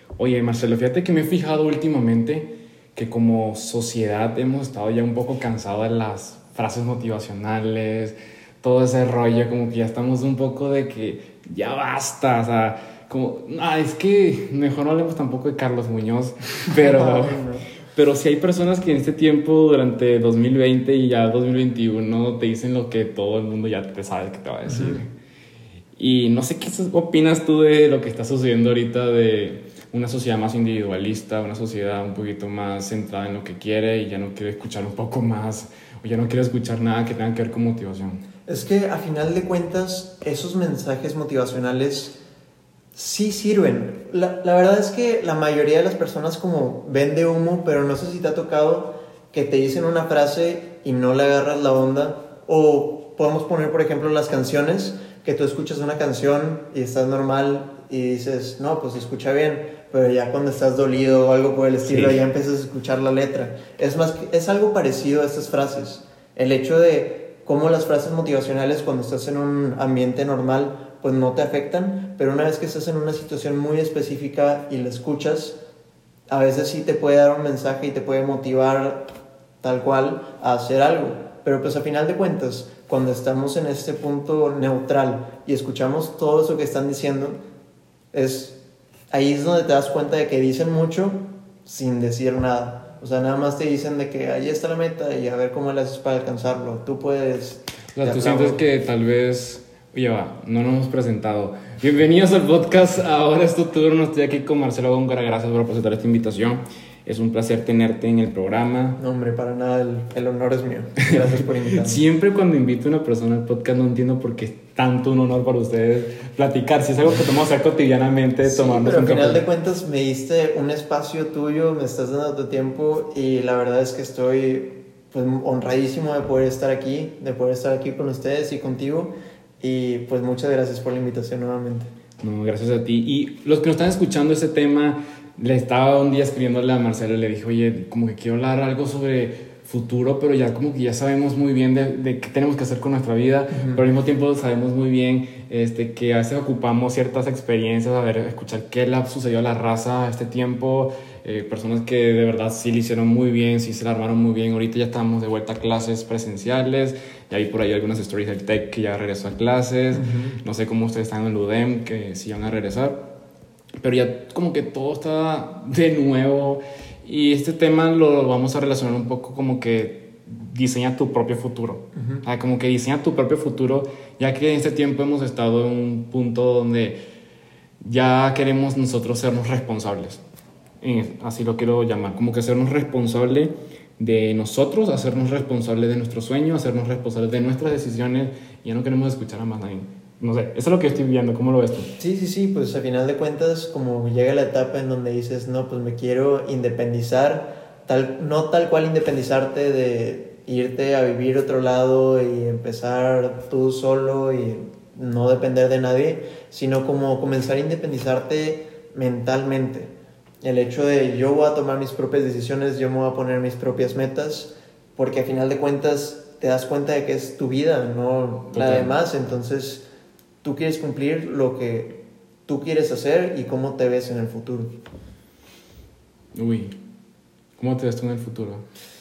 Oye, Marcelo, fíjate que me he fijado últimamente que como sociedad hemos estado ya un poco cansados de las frases motivacionales, todo ese rollo, como que ya estamos un poco de que ya basta, o sea, como, es que mejor no hablemos tampoco de Carlos Muñoz, pero, Ay, no. pero sí hay personas que en este tiempo, durante 2020 y ya 2021, te dicen lo que todo el mundo ya te sabe que te va a decir. Y no sé qué opinas tú de lo que está sucediendo ahorita de una sociedad más individualista, una sociedad un poquito más centrada en lo que quiere y ya no quiere escuchar un poco más o ya no quiere escuchar nada que tenga que ver con motivación. Es que a final de cuentas, esos mensajes motivacionales sí sirven. La verdad es que la mayoría de las personas como vende humo, pero no sé si te ha tocado que te dicen una frase y no le agarras la onda. O podemos poner, por ejemplo, las canciones, que tú escuchas una canción y estás normal y dices, no, pues se escucha bien, pero ya cuando estás dolido o algo por el estilo, Sí. ya empiezas a escuchar la letra. Es algo parecido a estas frases. El hecho de cómo las frases motivacionales cuando estás en un ambiente normal pues no te afectan, pero una vez que estás en una situación muy específica y la escuchas, a veces sí te puede dar un mensaje y te puede motivar tal cual a hacer algo. Pero pues a final de cuentas, cuando estamos en este punto neutral y escuchamos todo eso que están diciendo, ahí es donde te das cuenta de que dicen mucho sin decir nada. O sea, nada más te dicen de que ahí está la meta y a ver cómo le haces para alcanzarlo. Tú puedes... O sea, tú sientes que tal vez... Oye, no nos hemos presentado. Bienvenidos al podcast. Ahora es tu turno. Estoy aquí con Marcelo Góngora. Gracias por presentar esta invitación. Es un placer tenerte en el programa. No, hombre, para nada, el honor es mío. Gracias por invitarme. Siempre cuando invito a una persona al podcast no entiendo por qué es tanto un honor para ustedes platicar. Si es algo que podemos hacer cotidianamente, Sí, tomarnos pero un al final café. de cuentas me diste un espacio tuyo, me estás dando tu tiempo y la verdad es que estoy pues honradísimo de poder estar aquí con ustedes y contigo y pues muchas gracias por la invitación nuevamente. No, gracias a ti. Y los que nos están escuchando este tema, le estaba un día escribiéndole a Marcelo y le dije, oye, como que quiero hablar algo sobre futuro, pero ya como que ya sabemos muy bien de qué tenemos que hacer con nuestra vida, pero al mismo tiempo sabemos muy bien que a veces ocupamos ciertas experiencias, a ver, escuchar qué le ha sucedido a la raza este tiempo, personas que de verdad sí le hicieron muy bien, sí se la armaron muy bien. Ahorita ya estamos de vuelta a clases presenciales, ya hay por ahí algunas stories del TEC que ya regresó a clases, no sé cómo ustedes están en el UDEM, que sí van a regresar, pero ya como que todo está de nuevo. Y este tema lo vamos a relacionar un poco como que diseña tu propio futuro. Como que diseña tu propio futuro, ya que en este tiempo hemos estado en un punto donde ya queremos nosotros sernos responsables. Así lo quiero llamar, como que sernos responsables de nosotros, hacernos responsables de nuestros sueños, hacernos responsables de nuestras decisiones. Y ya no queremos escuchar a más nadie. No sé, eso es lo que estoy viendo. ¿Cómo lo ves tú? Sí, pues a final de cuentas como llega la etapa en donde dices, no, pues me quiero independizar, no tal cual independizarte de irte a vivir a otro lado y empezar tú solo y no depender de nadie, sino como comenzar a independizarte mentalmente. El hecho de yo voy a tomar mis propias decisiones, yo me voy a poner mis propias metas, porque a final de cuentas te das cuenta de que es tu vida, no la de más, entonces tú quieres cumplir lo que tú quieres hacer y cómo te ves en el futuro. Uy, ¿cómo te ves tú en el futuro?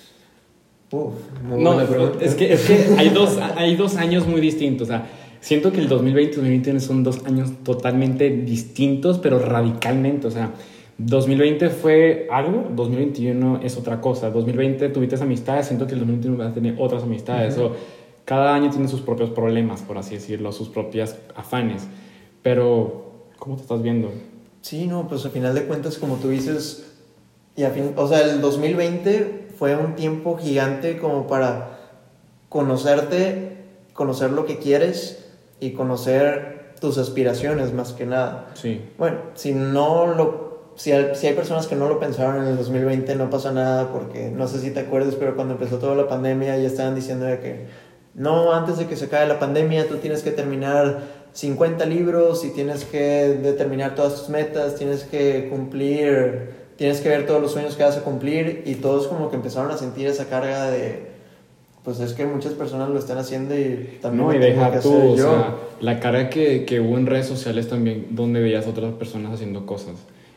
Muy No, buena pregunta. es que hay dos años muy distintos. O sea, siento que el 2020 y 2021 son 2 años totalmente distintos, pero radicalmente. O sea, 2020 fue algo, 2021 es otra cosa. 2020 tuviste amistades, siento que el 2021 vas a tener otras amistades. O cada año tiene sus propios problemas, por así decirlo, sus propias afanes. Pero, ¿cómo te estás viendo? Sí, no, pues a final de cuentas, como tú dices, o sea, el 2020 fue un tiempo gigante como para conocerte, conocer lo que quieres y conocer tus aspiraciones más que nada. Sí. Bueno, si hay personas que no lo pensaron en el 2020, no pasa nada porque no sé si te acuerdas, pero cuando empezó toda la pandemia ya estaban diciendo de que no, antes de que se acabe la pandemia tú tienes que terminar 50 libros y tienes que determinar todas tus metas, tienes que ver todos los sueños que vas a cumplir, y todos como que empezaron a sentir esa carga de pues es que muchas personas lo están haciendo y también No, y lo tengo que deja tú, hacer o yo. sea, la carga que hubo en redes sociales también, donde veías a otras personas haciendo cosas.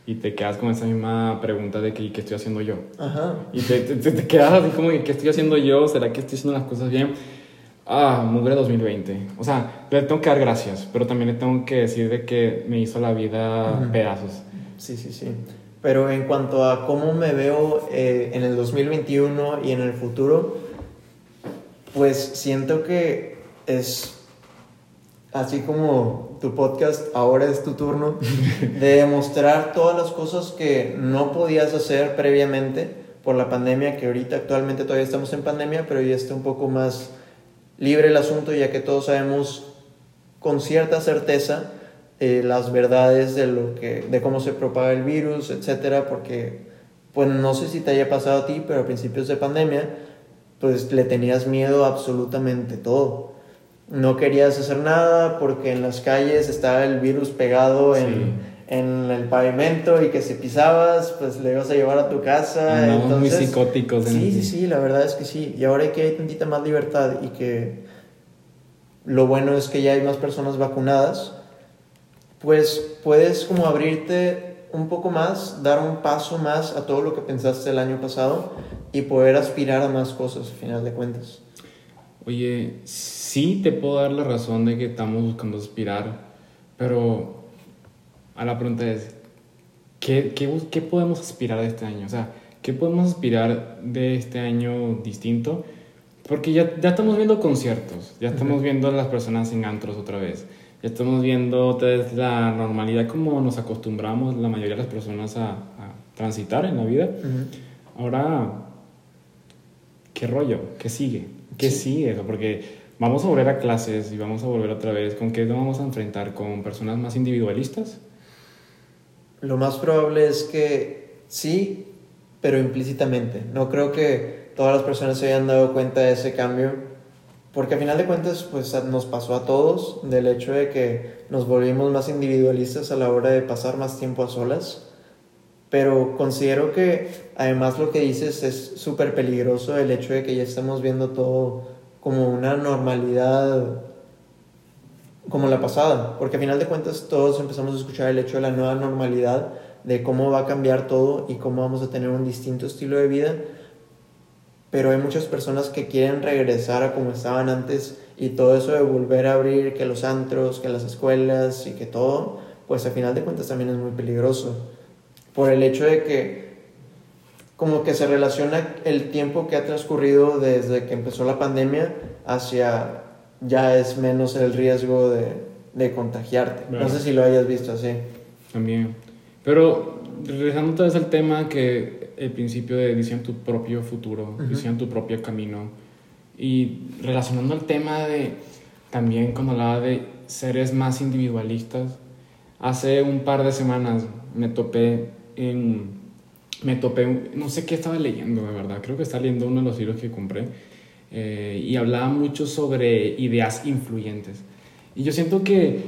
y te quedas con esa misma pregunta de que ¿qué estoy haciendo yo? Ajá. Y te quedas así como ¿qué estoy haciendo yo? ¿Será que estoy haciendo las cosas bien? Mugre 2020. O sea, le tengo que dar gracias, pero también le tengo que decir de que me hizo la vida pedazos. Sí, sí, sí. Pero en cuanto a cómo me veo en el 2021 y en el futuro, pues siento que es así como tu podcast, ahora es tu turno, de demostrar todas las cosas que no podías hacer previamente por la pandemia, que ahorita actualmente todavía estamos en pandemia, pero ya está un poco más libre el asunto, ya que todos sabemos con cierta certeza las verdades de cómo se propaga el virus, etcétera, porque pues no sé si te haya pasado a ti, pero a principios de pandemia pues le tenías miedo a absolutamente todo. No querías hacer nada porque en las calles estaba el virus pegado en el pavimento y que si pisabas pues le ibas a llevar a tu casa. Andamos muy psicóticos. Sí, la verdad es que sí. Y ahora que hay tantita más libertad y que lo bueno es que ya hay más personas vacunadas, pues puedes como abrirte un poco más, dar un paso más a todo lo que pensaste el año pasado y poder aspirar a más cosas al final de cuentas. Oye, sí te puedo dar la razón de que estamos buscando aspirar, pero a la pregunta es, ¿qué podemos aspirar de este año? O sea, ¿qué podemos aspirar de este año distinto? Porque ya estamos viendo conciertos, ya estamos viendo a las personas en antros otra vez, ya estamos viendo otra vez la normalidad como nos acostumbramos la mayoría de las personas a transitar en la vida. Ahora, ¿qué rollo? ¿Qué sigue? ¿Qué sigue? Porque vamos a volver a clases y vamos a volver otra vez. ¿Con qué nos vamos a enfrentar? ¿Con personas más individualistas? Lo más probable es que sí, pero implícitamente. No creo que todas las personas se hayan dado cuenta de ese cambio, porque a final de cuentas pues nos pasó a todos, del hecho de que nos volvimos más individualistas a la hora de pasar más tiempo a solas. Pero considero que además lo que dices es súper peligroso, el hecho de que ya estamos viendo todo como una normalidad como la pasada, porque a final de cuentas todos empezamos a escuchar el hecho de la nueva normalidad, de cómo va a cambiar todo y cómo vamos a tener un distinto estilo de vida, pero hay muchas personas que quieren regresar a como estaban antes, y todo eso de volver a abrir, que los antros, que las escuelas y que todo, pues a final de cuentas también es muy peligroso, por el hecho de que como que se relaciona el tiempo que ha transcurrido desde que empezó la pandemia hacia ya es menos el riesgo de contagiarte. Claro. No sé si lo hayas visto así. También. Pero regresando otra vez al tema que el principio de diseñar tu propio futuro, diseñar tu propio camino, y relacionando el tema de también cuando hablaba de seres más individualistas, hace un par de semanas me topé, no sé qué estaba leyendo de verdad, creo que estaba leyendo uno de los libros que compré, y hablaba mucho sobre ideas influyentes. Y yo siento que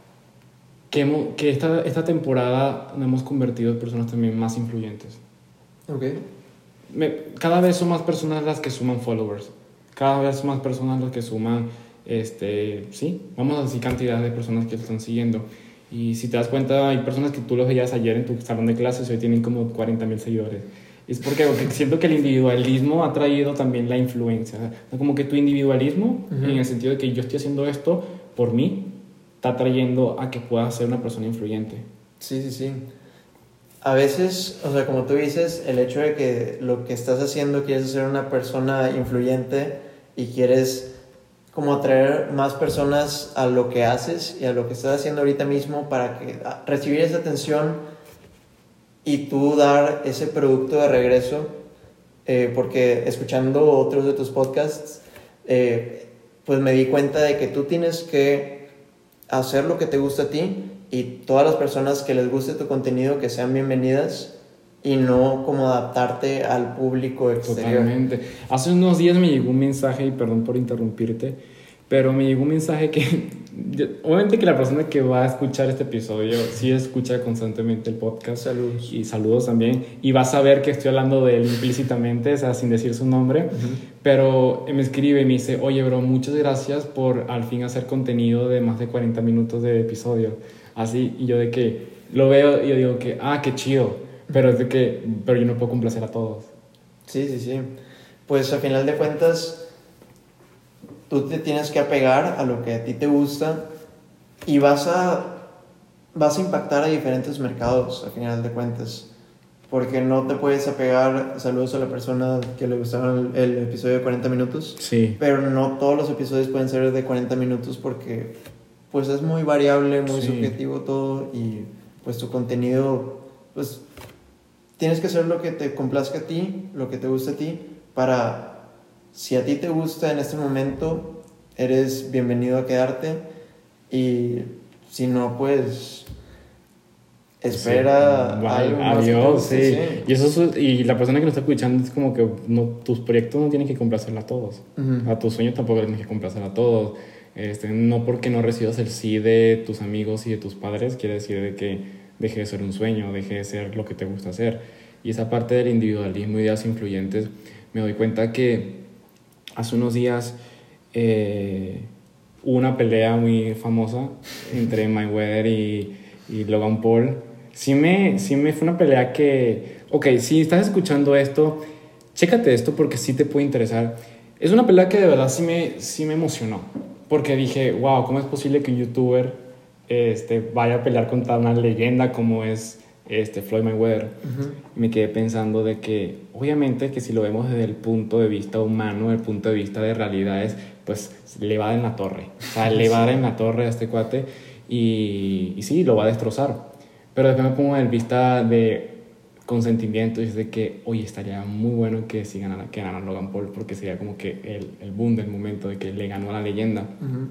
esta temporada nos hemos convertido en personas también más influyentes. Okay. Cada vez son más personas las que suman followers, cada vez son más personas las que suman, vamos a decir cantidad de personas que lo están siguiendo. Y si te das cuenta, hay personas que tú los veías ayer en tu salón de clases y hoy tienen como 40,000 seguidores. Es porque siento que el individualismo ha traído también la influencia. O sea, como que tu individualismo, en el sentido de que yo estoy haciendo esto por mí, está trayendo a que puedas ser una persona influyente. Sí. A veces, o sea, como tú dices, el hecho de que lo que estás haciendo quieres ser una persona influyente y quieres como atraer más personas a lo que haces y a lo que estás haciendo ahorita mismo para que recibir esa atención y tú dar ese producto de regreso, porque escuchando otros de tus podcasts, pues me di cuenta de que tú tienes que hacer lo que te gusta a ti y todas las personas que les guste tu contenido que sean bienvenidas y no como adaptarte al público exterior. Totalmente. Hace unos días me llegó un mensaje, y perdón por interrumpirte, pero me llegó un mensaje que obviamente que la persona que va a escuchar este episodio sí escucha constantemente el podcast. Saludos. Y saludos también. Y va a saber que estoy hablando de él implícitamente, o sea, sin decir su nombre. Pero me escribe y me dice, oye, bro, muchas gracias por al fin hacer contenido de más de 40 minutos de episodio. Así, y yo de que lo veo y yo digo que, qué chido, pero es de que, pero yo no puedo complacer a todos. Sí, sí, sí. Pues a final de cuentas, tú te tienes que apegar a lo que a ti te gusta y vas a impactar a diferentes mercados, a final de cuentas. Porque no te puedes apegar, saludos a la persona que le gustaba el episodio de 40 minutos, Sí. pero no todos los episodios pueden ser de 40 minutos porque pues es muy variable, muy subjetivo todo y pues tu contenido, pues tienes que hacer lo que te complazca a ti, lo que te gusta a ti, para, si a ti te gusta en este momento, eres bienvenido a quedarte y si no, pues espera algo más. Adiós, sí. Y y la persona que nos está escuchando es como que tus proyectos no tienen que complacerla a todos. A tus sueños tampoco tienes que complacer a todos. No porque no recibas el sí de tus amigos y de tus padres quiere decir de que deje de ser un sueño, deje de ser lo que te gusta hacer. Y esa parte del individualismo y ideas influyentes, me doy cuenta que hace unos días hubo una pelea muy famosa entre Mayweather y Logan Paul. Sí me fue una pelea que... Ok, si estás escuchando esto, chécate esto porque sí te puede interesar. Es una pelea que de verdad sí me emocionó. Porque dije, wow, ¿cómo es posible que un youtuber vaya a pelear contra una leyenda como es Floyd Mayweather? Y me quedé pensando de que, obviamente, que si lo vemos desde el punto de vista humano, el punto de vista de realidades, pues le va a dar en la torre. O sea, le va a dar en la torre a este cuate y sí, lo va a destrozar. Pero después me pongo en vista de consentimiento y es de que, oye, estaría muy bueno que si ganara Logan Paul porque sería como que el boom del momento de que le ganó a la leyenda.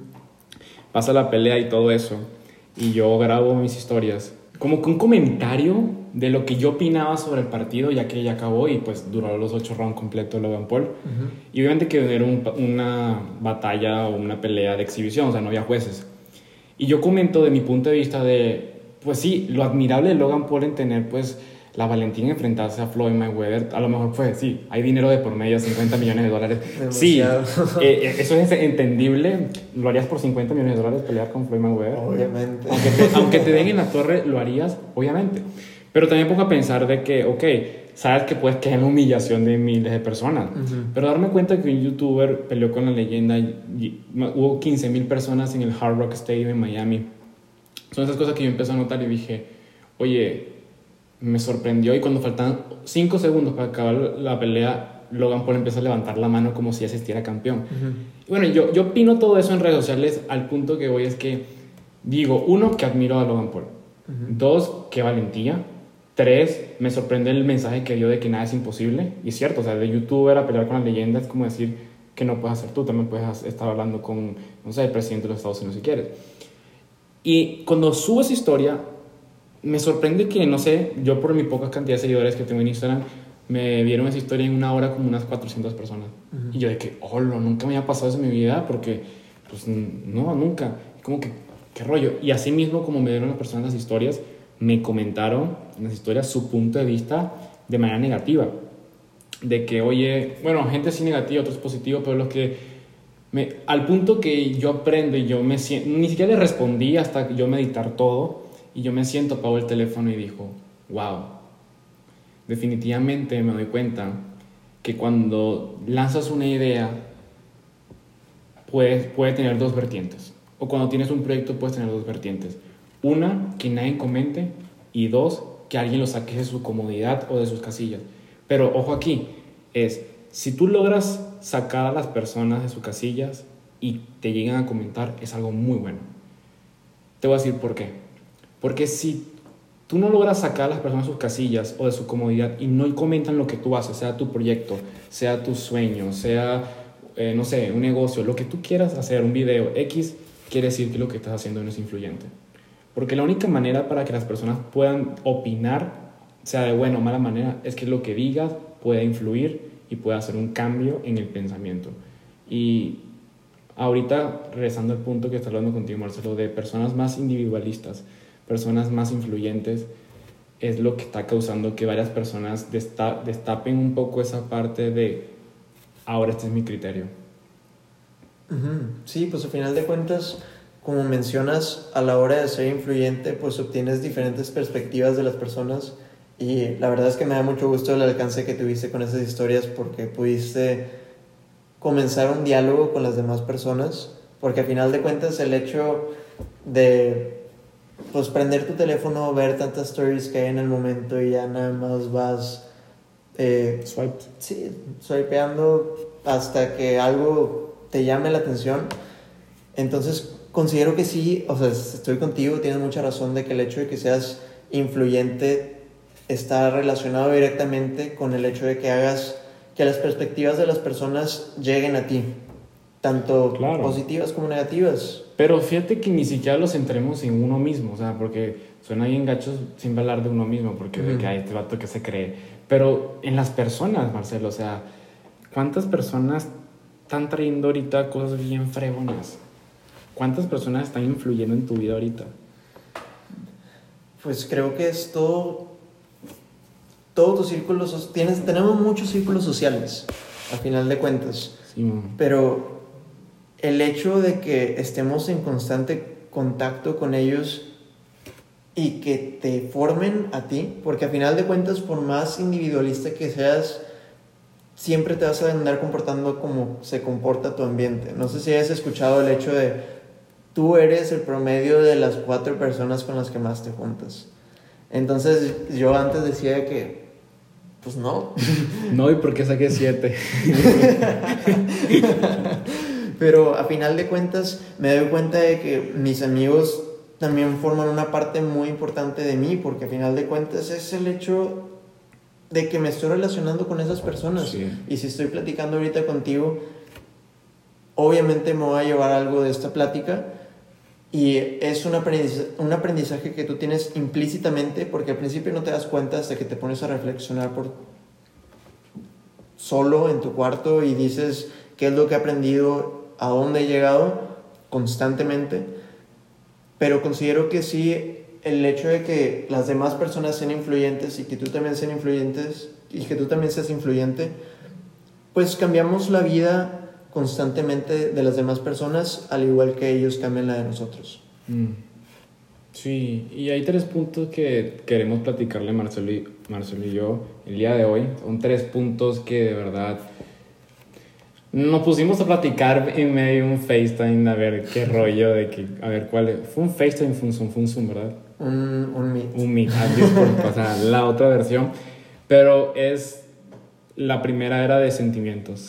Pasa la pelea y todo eso y yo grabo mis historias como que un comentario de lo que yo opinaba sobre el partido ya que ya acabó y pues duró los 8 rounds completos Logan Paul. Y obviamente que era una batalla o una pelea de exhibición, o sea, no había jueces. Y yo comento de mi punto de vista de, pues sí, lo admirable de Logan Paul en tener pues la valentía en enfrentarse a Floyd Mayweather. A lo mejor pues sí, hay dinero de por medio, $50 millones. Demasiado. Sí, eso es entendible. ¿Lo harías por $50 millones pelear con Floyd Mayweather? Obviamente. Aunque te den en la torre, ¿lo harías? Obviamente. Pero también pongo a pensar de que, ok, sabes que puedes caer en la humillación de miles de personas. Pero darme cuenta que un youtuber peleó con la leyenda y hubo 15,000 personas en el Hard Rock Stadium en Miami. Son esas cosas que yo empecé a notar y dije, oye, me sorprendió. Y cuando faltaban 5 segundos para acabar la pelea, Logan Paul empieza a levantar la mano como si asistiera campeón. Y bueno, yo opino todo eso en redes sociales. Al punto que voy es que digo, 1, que admiro a Logan Paul. 2, qué valentía. 3, me sorprende el mensaje que dio de que nada es imposible. Y es cierto, o sea, de youtuber a pelear con la leyenda es como decir que no puedes hacer tú. También puedes estar hablando con, no sé, el presidente de los Estados Unidos si quieres. Y cuando subo esa historia, me sorprende que, no sé, yo por mi poca cantidad de seguidores que tengo en Instagram, me vieron esa historia en una hora como unas 400 personas. Y yo de que, nunca me había pasado eso en mi vida porque, pues, no, nunca. Como que, qué rollo. Y así mismo, como me dieron las personas las historias, me comentaron en las historias su punto de vista de manera negativa. De que, oye, bueno, gente sí negativa, otros positivos, pero los que... al punto que yo aprendo y yo me siento... Ni siquiera le respondí hasta yo meditar todo. Y yo me siento, apago el teléfono y dijo, wow. Definitivamente me doy cuenta que cuando lanzas una idea puede tener 2 vertientes. O cuando tienes un proyecto puedes tener 2 vertientes. Una, que nadie comente. Y 2, que alguien lo saque de su comodidad o de sus casillas. Pero ojo aquí, si tú logras sacar a las personas de sus casillas y te llegan a comentar, es algo muy bueno. Te voy a decir por qué. Porque si tú no logras sacar a las personas de sus casillas o de su comodidad y no comentan lo que tú haces, sea tu proyecto, sea tu sueño, sea, no sé, un negocio, lo que tú quieras hacer, un video X, quiere decir que lo que estás haciendo no es influyente. Porque la única manera para que las personas puedan opinar, sea de buena o mala manera, es que lo que digas pueda influir y pueda hacer un cambio en el pensamiento. Y ahorita, regresando al punto que está hablando contigo, Marcelo, de personas más individualistas, personas más influyentes, es lo que está causando que varias personas destapen un poco esa parte de ahora este es mi criterio. Sí, pues al final de cuentas, como mencionas, a la hora de ser influyente, pues obtienes diferentes perspectivas de las personas y la verdad es que me da mucho gusto el alcance que tuviste con esas historias porque pudiste comenzar un diálogo con las demás personas, porque al final de cuentas el hecho de pues prender tu teléfono, ver tantas stories que hay en el momento y ya nada más vas swipeando hasta que algo te llame la atención. Entonces considero que sí, o sea, estoy contigo, tienes mucha razón de que el hecho de que seas influyente está relacionado directamente con el hecho de que hagas que las perspectivas de las personas lleguen a ti, tanto Claro. positivas como negativas. Pero fíjate que ni siquiera lo centremos en uno mismo, o sea, porque suena bien gacho sin hablar de uno mismo, porque de que hay este vato que se cree. Pero en las personas, Marcelo, o sea, ¿cuántas personas están trayendo ahorita cosas bien fregonas? ¿Cuántas personas están influyendo en tu vida ahorita? Pues creo que es todo tu círculo, tenemos muchos círculos sociales, a final de cuentas. Sí, pero el hecho de que estemos en constante contacto con ellos y que te formen a ti, porque a final de cuentas, por más individualista que seas, siempre te vas a andar comportando como se comporta tu ambiente. No sé si hayas escuchado el hecho de tú eres el promedio de las 4 personas con las que más te juntas. Entonces yo antes decía que pues no. No, ¿y por qué saqué 7? Pero a final de cuentas me doy cuenta de que mis amigos también forman una parte muy importante de mí, porque a final de cuentas es el hecho de que me estoy relacionando con esas personas. Sí. Y si estoy platicando ahorita contigo, obviamente me voy a llevar algo de esta plática y es un aprendizaje que tú tienes implícitamente, porque al principio no te das cuenta hasta que te pones a reflexionar solo en tu cuarto y dices qué es lo que he aprendido, a dónde he llegado constantemente. Pero considero que sí, el hecho de que las demás personas sean influyentes y que tú también seas influyentes y que tú también seas influyente, pues cambiamos la vida constantemente de las demás personas, al igual que ellos cambian la de nosotros. Sí, y hay 3 puntos que queremos platicarle Marcelo y yo el día de hoy. Son 3 puntos que de verdad nos pusimos a platicar en medio de un FaceTime a ver qué rollo, de que, a ver cuál es. Fue un FaceTime, fue un Zoom, ¿verdad? Un Meet. Un Meet, disculpa, o sea, la otra versión. Pero la primera era de sentimientos,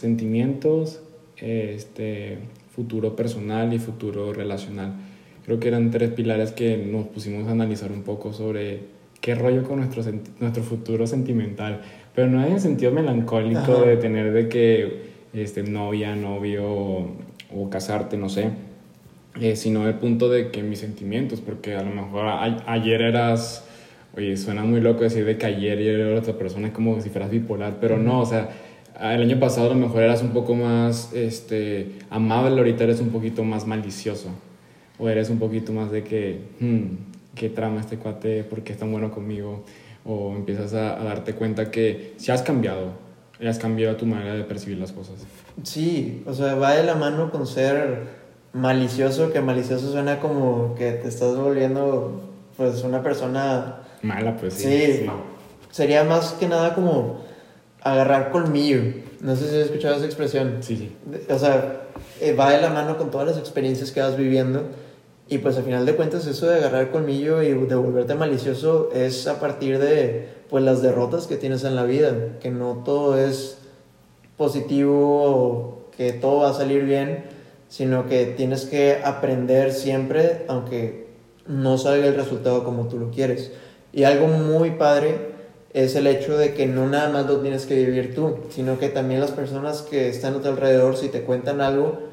futuro personal y futuro relacional. Creo que eran 3 pilares que nos pusimos a analizar un poco sobre qué rollo con nuestro futuro sentimental, pero no en el sentido melancólico de tener de que novia, novio o casarte, no sé, sino el punto de que mis sentimientos, porque a lo mejor ayer eras, oye, suena muy loco decir de que ayer era otra persona, es como si fueras bipolar, pero no, o sea, el año pasado a lo mejor eras un poco más amable, ahorita eres un poquito más malicioso, o eres un poquito más de que qué trama este cuate, por qué es tan bueno conmigo, o empiezas a darte cuenta que si has cambiado tu manera de percibir las cosas. Sí, o sea, va de la mano con ser malicioso, que malicioso suena como que te estás volviendo pues una persona mala, pues sí. Sería más que nada como agarrar colmillo. No sé si has escuchado esa expresión. Sí. O sea, va de la mano con todas las experiencias que vas viviendo. Y pues al final de cuentas eso de agarrar colmillo y de volverte malicioso es a partir de pues las derrotas que tienes en la vida, que no todo es positivo o que todo va a salir bien, sino que tienes que aprender siempre aunque no salga el resultado como tú lo quieres. Y algo muy padre es el hecho de que no nada más lo tienes que vivir tú, sino que también las personas que están a tu alrededor, si te cuentan algo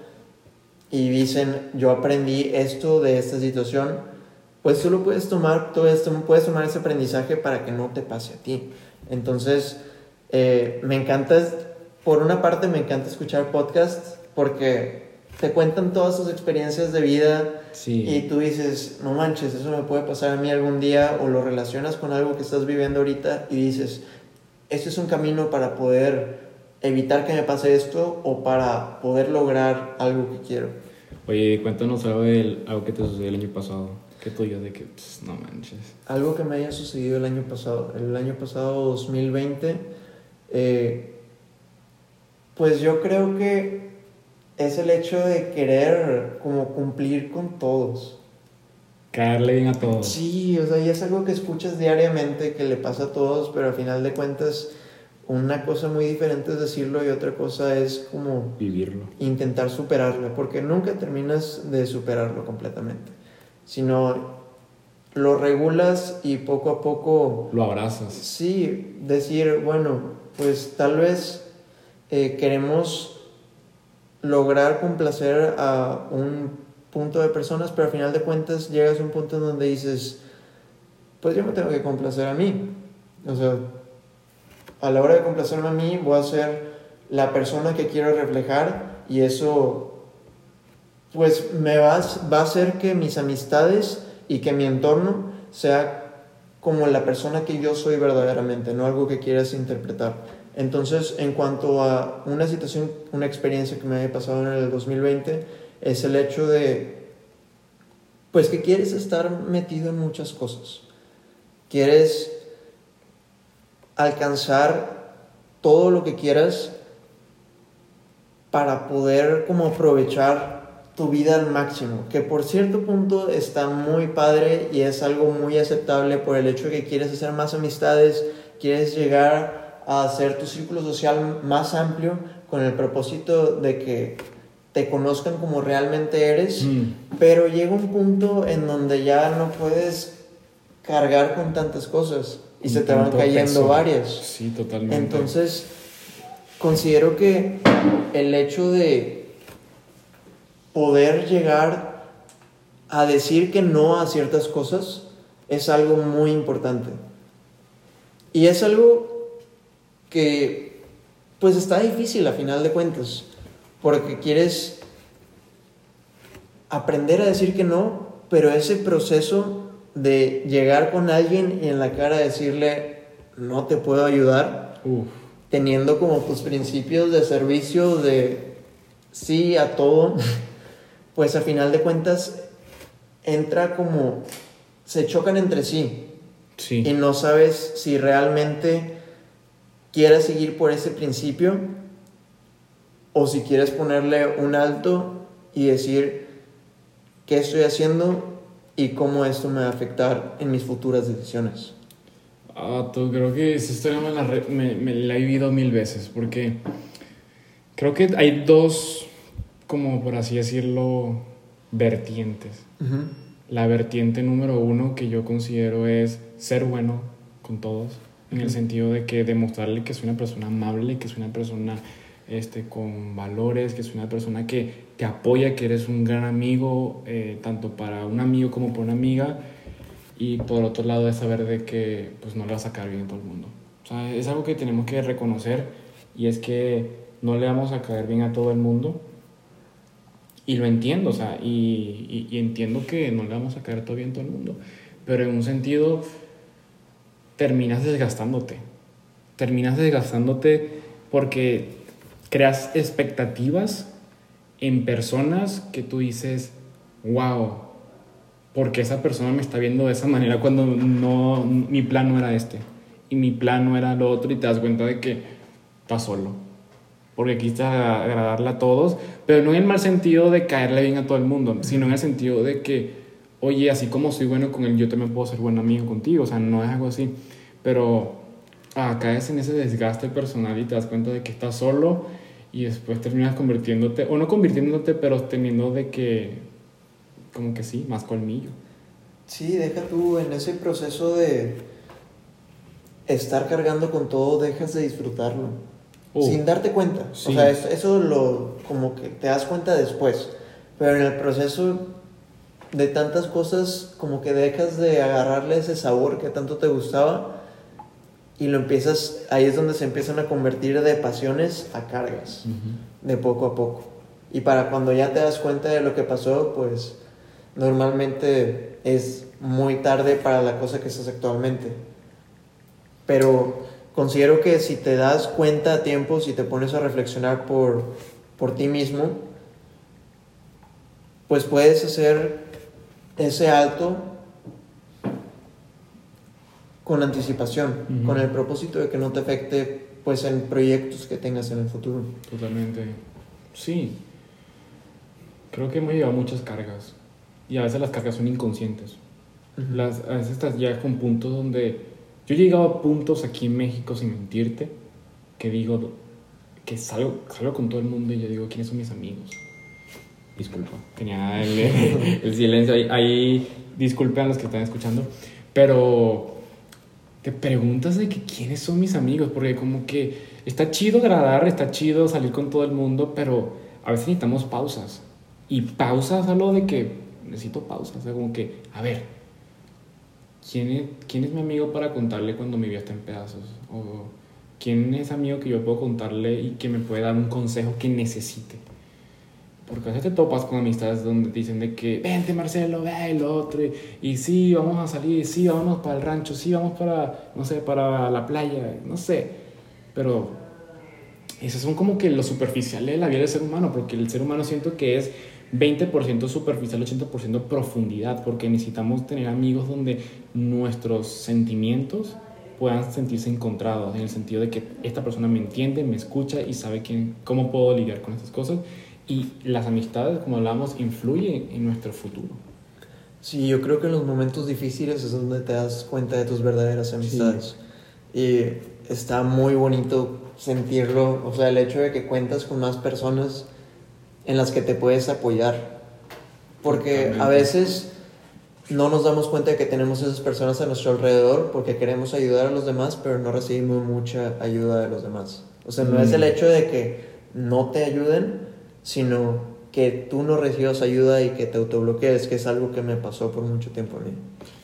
y dicen, yo aprendí esto de esta situación, pues tú lo puedes tomar, puedes tomar ese aprendizaje para que no te pase a ti. Entonces, me encanta, por una parte me encanta escuchar podcasts porque te cuentan todas sus experiencias de vida y tú dices, no manches, eso me puede pasar a mí algún día, o lo relacionas con algo que estás viviendo ahorita y dices, este es un camino para poder evitar que me pase esto o para poder lograr algo que quiero. Oye, cuéntanos algo que te sucedió el año pasado. Que tú digas de que, pues, no manches. Algo que me haya sucedido el año pasado. El año pasado, 2020, pues yo creo que es el hecho de querer como cumplir con todos. Caerle bien a todos. Sí, o sea, y es algo que escuchas diariamente, que le pasa a todos, pero al final de cuentas, una cosa muy diferente es decirlo y otra cosa es como Vivirlo. intentar superarlo, porque nunca terminas de superarlo completamente, sino lo regulas y poco a poco... Lo abrazas. Sí, decir, bueno, pues tal vez queremos lograr complacer a un punto de personas, pero al final de cuentas llegas a un punto en donde dices, pues yo me tengo que complacer a mí. O sea, a la hora de complacerme a mí voy a ser la persona que quiero reflejar y eso pues va a hacer que mis amistades y que mi entorno sea como la persona que yo soy verdaderamente, no algo que quieras interpretar. Entonces, en cuanto a una situación, una experiencia que me había pasado en el 2020, es el hecho de, pues que quieres estar metido en muchas cosas. Quieres alcanzar todo lo que quieras para poder como aprovechar tu vida al máximo, que por cierto punto está muy padre y es algo muy aceptable por el hecho de que quieres hacer más amistades, quieres llegar a hacer tu círculo social más amplio con el propósito de que te conozcan como realmente eres, pero llega un punto en donde ya no puedes cargar con tantas cosas y se te van cayendo peso. varias. Sí, totalmente. Entonces, considero que el hecho de poder llegar a decir que no a ciertas cosas es algo muy importante. Y es algo que pues está difícil a final de cuentas, porque quieres aprender a decir que no, pero ese proceso de llegar con alguien y en la cara decirle no te puedo ayudar, teniendo como tus principios de servicio de sí a todo, pues a final de cuentas entra como se chocan entre sí. Sí. Y no sabes si realmente quieres seguir por ese principio o si quieres ponerle un alto y decir qué estoy haciendo y cómo esto me va a afectar en mis futuras decisiones. Creo que esa historia me la he vivido 1000 veces, porque creo que hay dos, como por así decirlo, vertientes. Uh-huh. La vertiente número 1 que yo considero es ser bueno con todos, en el sentido de que demostrarle que soy una persona amable, que soy una persona con valores, que soy una persona que te apoya, que eres un gran amigo, tanto para un amigo como para una amiga. Y por otro lado es saber de que pues no le vas a caer bien a todo el mundo. O sea, es algo que tenemos que reconocer, y es que no le vamos a caer bien a todo el mundo. Y lo entiendo, o sea, y entiendo que no le vamos a caer todo bien a todo el mundo. Pero en un sentido terminas desgastándote porque creas expectativas en personas que tú dices, wow, porque esa persona me está viendo de esa manera cuando no, mi plan no era este y mi plan no era lo otro, y te das cuenta de que estás solo porque quisiste agradarle a todos, pero no en el mal sentido de caerle bien a todo el mundo, sino en el sentido de que, oye, así como soy bueno con él, yo también puedo ser buen amigo contigo. O sea, no es algo así, pero caes en ese desgaste personal y te das cuenta de que estás solo, y después terminas convirtiéndote, o no convirtiéndote, pero teniendo de que, como que sí, más colmillo. Sí, deja tú en ese proceso de estar cargando con todo, dejas de disfrutarlo. Sin darte cuenta. Sí. O sea, eso como que te das cuenta después. Pero en el proceso de tantas cosas, como que dejas de agarrarle ese sabor que tanto te gustaba y lo empiezas, ahí es donde se empiezan a convertir de pasiones a cargas, de poco a poco. Y para cuando ya te das cuenta de lo que pasó, pues normalmente es muy tarde para la cosa que estás actualmente. Pero considero que si te das cuenta a tiempo, si te pones a reflexionar por ti mismo, pues puedes hacer ese alto con anticipación, con el propósito de que no te afecte pues en proyectos que tengas en el futuro. Totalmente. Sí. Creo que hemos llegado a muchas cargas y a veces las cargas son inconscientes. A veces estás ya con puntos donde... Yo he llegado a puntos aquí en México, sin mentirte, que digo que salgo con todo el mundo y yo digo, ¿quiénes son mis amigos? Disculpa, tenía el silencio ahí. Disculpen a los que están escuchando, pero te preguntas de que quiénes son mis amigos, porque como que está chido agradar, está chido salir con todo el mundo, pero a veces necesitamos pausas. Y pausas a lo de que necesito pausas, o sea, como que, a ver, ¿quién es mi amigo para contarle cuando mi vida está en pedazos? O ¿quién es amigo que yo puedo contarle y que me puede dar un consejo que necesite? Porque a veces te topas con amistades donde te dicen de que vente Marcelo, ve lo otro, y sí, vamos a salir, sí, vamos para el rancho, sí, vamos para, no sé, para la playa, no sé. Pero esos son como que lo superficial de la vida del ser humano, porque el ser humano siento que es 20% superficial, 80% profundidad, porque necesitamos tener amigos donde nuestros sentimientos puedan sentirse encontrados, en el sentido de que esta persona me entiende, me escucha y sabe cómo puedo lidiar con estas cosas. Y las amistades, como hablamos, influyen en nuestro futuro. Sí, yo creo que en los momentos difíciles es donde te das cuenta de tus verdaderas amistades. Sí. Y está muy bonito sentirlo, o sea, el hecho de que cuentas con más personas en las que te puedes apoyar. Porque totalmente. A veces no nos damos cuenta de que tenemos esas personas a nuestro alrededor porque queremos ayudar a los demás, pero no recibimos mucha ayuda de los demás. O sea, no es el hecho de que no te ayuden, sino que tú no recibas ayuda y que te autobloquees, que es algo que me pasó por mucho tiempo a mí.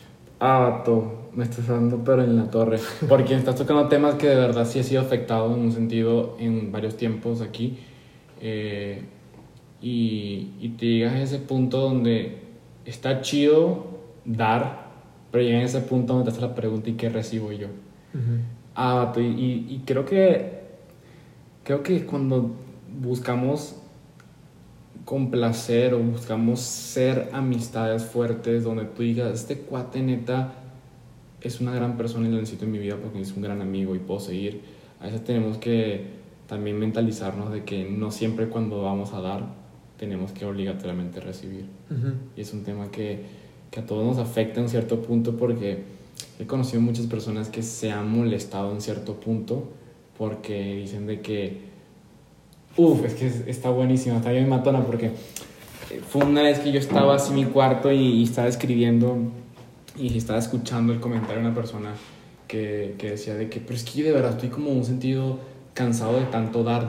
Me estás dando pero en la torre, porque estás tocando temas que de verdad sí he sido afectado en un sentido en varios tiempos aquí, y te llegas a ese punto donde está chido dar, pero llega a ese punto donde te haces la pregunta ¿y qué recibo yo? Y creo que cuando buscamos complacer o buscamos ser amistades fuertes donde tú digas, este cuate neta es una gran persona y lo necesito en mi vida porque es un gran amigo y puedo seguir. A veces tenemos que también mentalizarnos de que no siempre cuando vamos a dar tenemos que obligatoriamente recibir. Y es un tema que a todos nos afecta en cierto punto, porque he conocido muchas personas que se han molestado en cierto punto porque dicen de que es que está buenísima, está bien matona, porque fue una vez que yo estaba así en mi cuarto y estaba escribiendo y estaba escuchando el comentario de una persona que decía de que, pero es que yo de verdad estoy como un sentido cansado de tanto dar,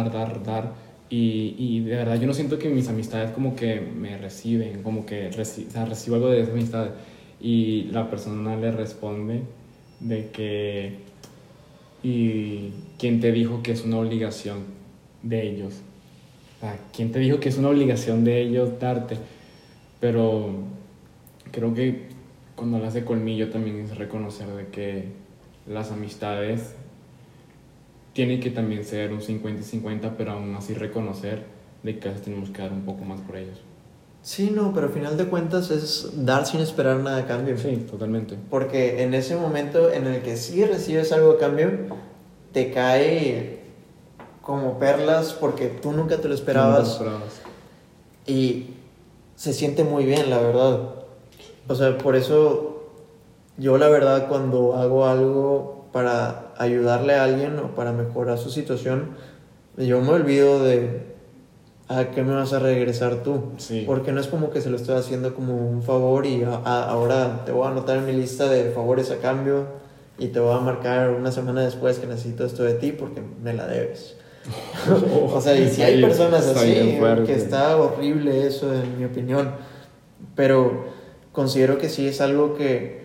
y de verdad yo no siento que mis amistades como que me reciben, como que recibo algo de esa amistad. Y la persona le responde de que, ¿y quién te dijo que es una obligación de ellos? O sea, ¿quién te dijo que es una obligación de ellos darte? Pero creo que cuando hablas de colmillo también es reconocer de que las amistades tienen que también ser un 50-50, pero aún así reconocer de que a veces tenemos que dar un poco más por ellos. Sí, no, pero al final de cuentas es dar sin esperar nada a cambio. Sí, totalmente. Porque en ese momento en el que sí recibes algo a cambio, te cae como perlas porque tú nunca te lo esperabas. Y se siente muy bien, la verdad. O sea, por eso yo la verdad cuando hago algo para ayudarle a alguien o para mejorar su situación, yo me olvido de ¿a qué me vas a regresar tú? Sí. Porque no es como que se lo estoy haciendo como un favor y ahora te voy a anotar en mi lista de favores a cambio y te voy a marcar una semana después que necesito esto de ti porque me la debes. O sea, y si hay personas así, que está horrible eso en mi opinión, pero considero que sí es algo que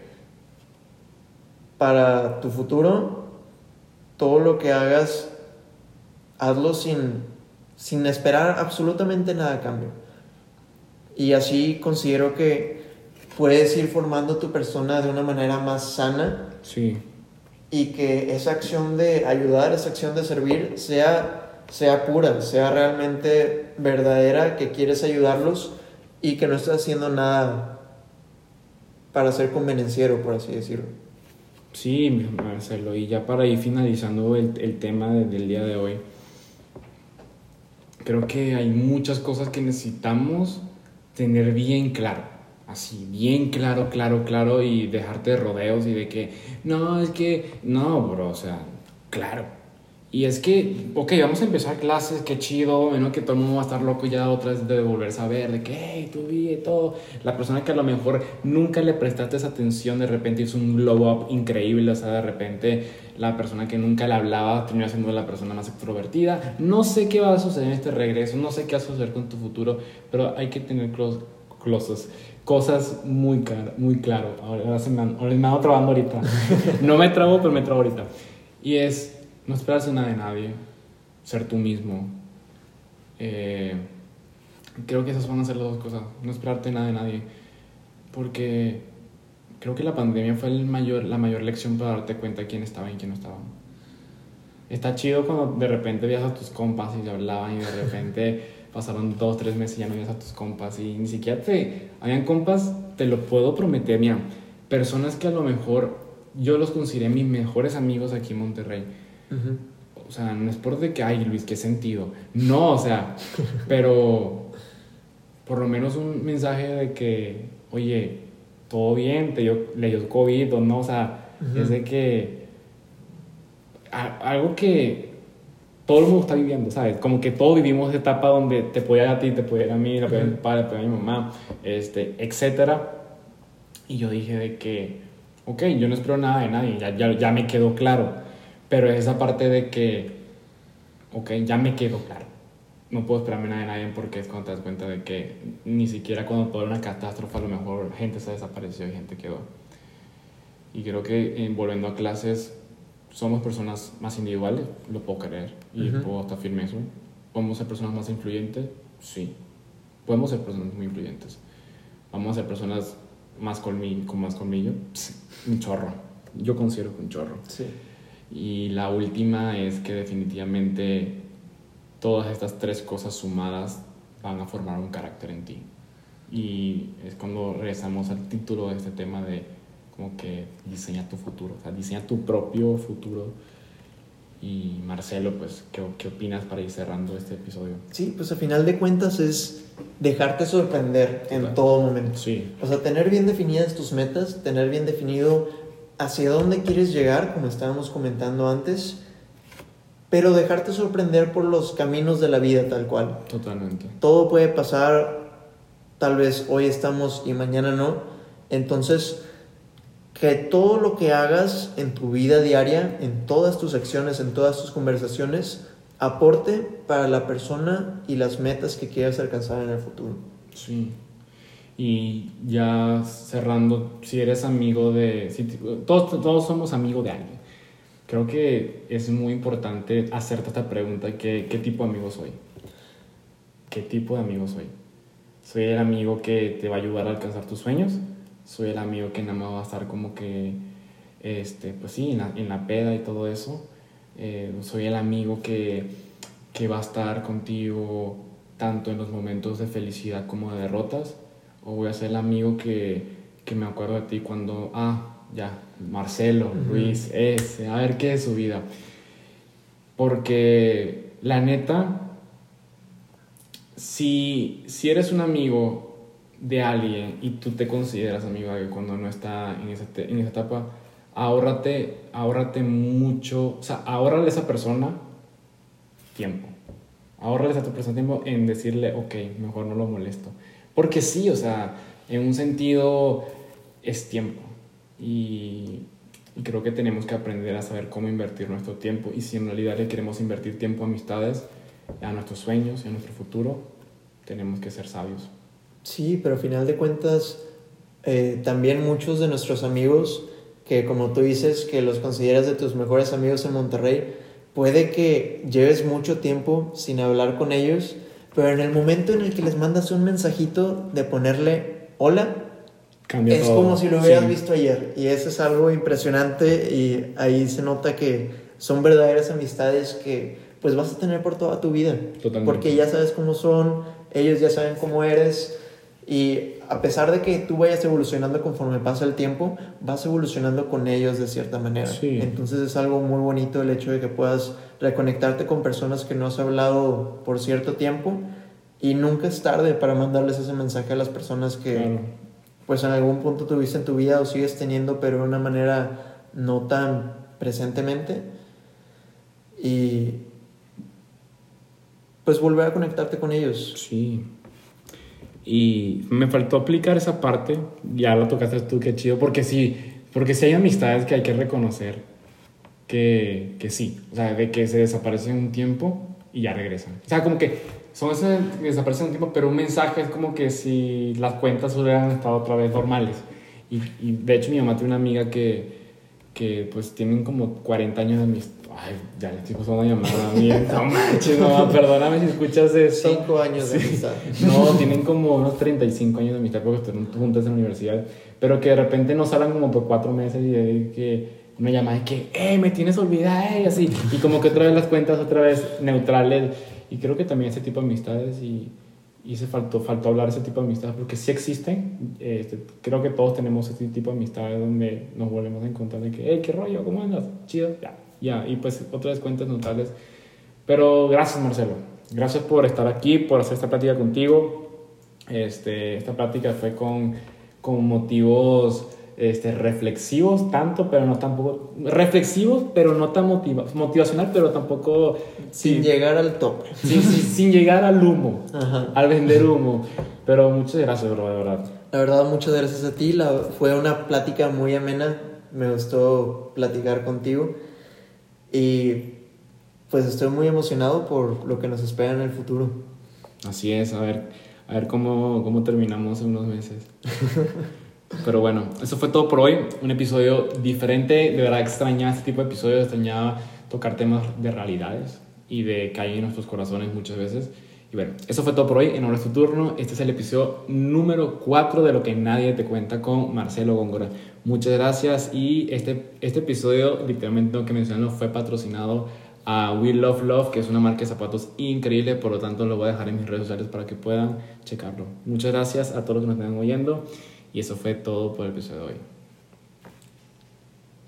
para tu futuro, todo lo que hagas, hazlo sin esperar absolutamente nada a cambio. Y así considero que puedes ir formando tu persona de una manera más sana. Sí. Y que esa acción de ayudar, esa acción de servir sea pura, sea realmente verdadera, que quieres ayudarlos y que no estás haciendo nada para ser convenenciero, por así decirlo. Sí, Marcelo, y ya para ir finalizando el tema del día de hoy, creo que hay muchas cosas que necesitamos tener bien claro, así, bien claro, y dejarte de rodeos y de que, no, bro, o sea, claro. Y es que, ok, vamos a empezar clases, qué chido, bueno, que todo el mundo va a estar loco ya otra vez de volverse a ver, de que, hey, tu vida y todo. La persona que a lo mejor nunca le prestaste esa atención, de repente hizo un glow up increíble, o sea, de repente la persona que nunca le hablaba terminó siendo la persona más extrovertida. No sé qué va a suceder en este regreso, no sé qué va a suceder con tu futuro, pero hay que tener cosas muy claro. Ahora me ando trabando ahorita. No me trabo, pero me trabo ahorita. Y es no esperarse nada de nadie, ser tú mismo. Creo que esas van a ser las dos cosas. No esperarte nada de nadie. Porque creo que la pandemia fue la mayor lección para darte cuenta de quién estaba y quién no estaba. Está chido cuando de repente veías a tus compas y te hablaban y de repente pasaron 2-3 meses y ya no veías a tus compas y ni siquiera habían compas, te lo puedo prometer, mira, personas que a lo mejor yo los consideré mis mejores amigos aquí en Monterrey. Uh-huh. O sea, no es por de que, ay, Luis, qué sentido. No, o sea, pero por lo menos un mensaje de que, oye, todo bien, le dio COVID o no, o sea, uh-huh. Es de que algo que todo el mundo está viviendo, ¿sabes? Como que todos vivimos esa etapa donde te puede ir a ti, te puede ir a mí, le puede ir a mi padre, le puede ir a mi mamá, etcétera. Y yo dije de que, ok, yo no espero nada de nadie, ya me quedó claro. Pero es esa parte de que, ok, ya me quedó claro. No puedo esperarme nada de nadie porque es cuando te das cuenta de que ni siquiera cuando todo era una catástrofe a lo mejor gente se desapareció y gente quedó. Y creo que volviendo a clases somos personas más individuales, lo puedo creer y uh-huh. Puedo estar firme eso. ¿Podemos ser personas más influyentes? Sí. Podemos ser personas muy influyentes. ¿Vamos a ser personas con más colmillo? Pss, un chorro. Yo considero que un chorro. Sí. Y la última es que definitivamente todas estas tres cosas sumadas van a formar un carácter en ti. Y es cuando regresamos al título de este tema de como que diseña tu futuro, o sea, diseña tu propio futuro. Y Marcelo, pues, ¿qué opinas para ir cerrando este episodio? Sí, pues a final de cuentas es dejarte sorprender en todo momento. Sí. O sea, tener bien definidas tus metas, tener bien definido hacia dónde quieres llegar, como estábamos comentando antes, pero dejarte sorprender por los caminos de la vida tal cual. Totalmente. Todo puede pasar, tal vez hoy estamos y mañana no. Entonces, que todo lo que hagas en tu vida diaria, en todas tus acciones, en todas tus conversaciones, aporte para la persona y las metas que quieras alcanzar en el futuro. Sí. Y ya cerrando, si eres amigo todos somos amigos de alguien. Creo que es muy importante hacerte esta pregunta, ¿qué tipo de amigo soy? ¿Qué tipo de amigo soy? ¿Soy el amigo que te va a ayudar a alcanzar tus sueños? ¿Soy el amigo que nada más va a estar como que, pues sí, en la peda y todo eso? ¿Soy el amigo que va a estar contigo tanto en los momentos de felicidad como de derrotas? ¿O voy a ser el amigo que me acuerdo de ti cuando, ya, Marcelo, uh-huh. Luis, a ver qué es su vida? Porque la neta, si eres un amigo de alguien y tú te consideras amigo de alguien cuando no está en esa etapa, ahórrate mucho, o sea, ahórrale a esa persona tiempo. Ahórrale a esa persona tiempo en decirle, ok, mejor no lo molesto. Porque sí, o sea, en un sentido es tiempo. Y creo que tenemos que aprender a saber cómo invertir nuestro tiempo. Y si en realidad le queremos invertir tiempo a amistades, a nuestros sueños y a nuestro futuro, tenemos que ser sabios. Sí, pero al final de cuentas, también muchos de nuestros amigos, que como tú dices, que los consideras de tus mejores amigos en Monterrey, puede que lleves mucho tiempo sin hablar con ellos, pero en el momento en el que les mandas un mensajito de ponerle hola, cambia es todo. Como si lo hubieras visto ayer. Y eso es algo impresionante y ahí se nota que son verdaderas amistades que pues vas a tener por toda tu vida. Totalmente. Porque ya sabes cómo son, ellos ya saben cómo eres. Y a pesar de que tú vayas evolucionando conforme pasa el tiempo, vas evolucionando con ellos de cierta manera. Sí. Entonces es algo muy bonito el hecho de que puedas reconectarte con personas que no has hablado por cierto tiempo, y nunca es tarde para mandarles ese mensaje a las personas que Claro. pues en algún punto tuviste en tu vida o sigues teniendo, pero de una manera no tan presentemente. Y pues volver a conectarte con ellos. Sí. Y me faltó aplicar esa parte, ya lo tocaste tú, qué chido, porque sí hay amistades que hay que reconocer que sí, o sea, de que se desaparecen un tiempo y ya regresan. O sea, como que son esos que desaparecen un tiempo, pero un mensaje es como que si las cuentas hubieran estado otra vez normales. Y de hecho mi mamá tiene una amiga que pues tienen como 40 años de amistad. Ay, ya le estoy pasando una llamada bien. No manches, mamá, perdóname si escuchas esto. 5 años de amistad. No, tienen como unos 35 años de amistad porque estuvieron juntas en la universidad. Pero que de repente nos hablan como por 4 meses y de que una llamada de que, me tienes olvidada, y así. Y como que otra vez las cuentas otra vez neutrales. Y creo que también ese tipo de amistades y se faltó hablar de ese tipo de amistades porque sí existen. Creo que todos tenemos ese tipo de amistades donde nos volvemos a encontrar de que, qué rollo, ¿cómo andas? Chido, ya, y pues otra vez cuentas neutrales. Pero gracias, Marcelo, gracias por estar aquí, por hacer esta plática contigo. Esta plática fue con motivos reflexivos tanto, pero no tampoco reflexivos, pero no tan motivacional, pero tampoco Sin llegar al tope. sin llegar al humo. Ajá. Al vender humo. Pero muchas gracias, bro, de verdad. La verdad, muchas gracias a ti. Fue una plática muy amena. Me gustó platicar contigo. Y pues estoy muy emocionado por lo que nos espera en el futuro. Así es, a ver cómo terminamos en unos meses. Pero bueno, eso fue todo por hoy. Un episodio diferente. De verdad extrañaba este tipo de episodios. Extrañaba tocar temas de realidades y de que hay en nuestros corazones muchas veces. Y bueno, eso fue todo por hoy. En Ahora es tu turno. Este es el episodio número 4 de Lo que nadie te cuenta con Marcelo Góngora. Muchas gracias. Y este episodio, literalmente tengo que mencionarlo, fue patrocinado a We Love Love, que es una marca de zapatos increíble. Por lo tanto, lo voy a dejar en mis redes sociales para que puedan checarlo. Muchas gracias a todos los que nos están oyendo. Y eso fue todo por el episodio de hoy.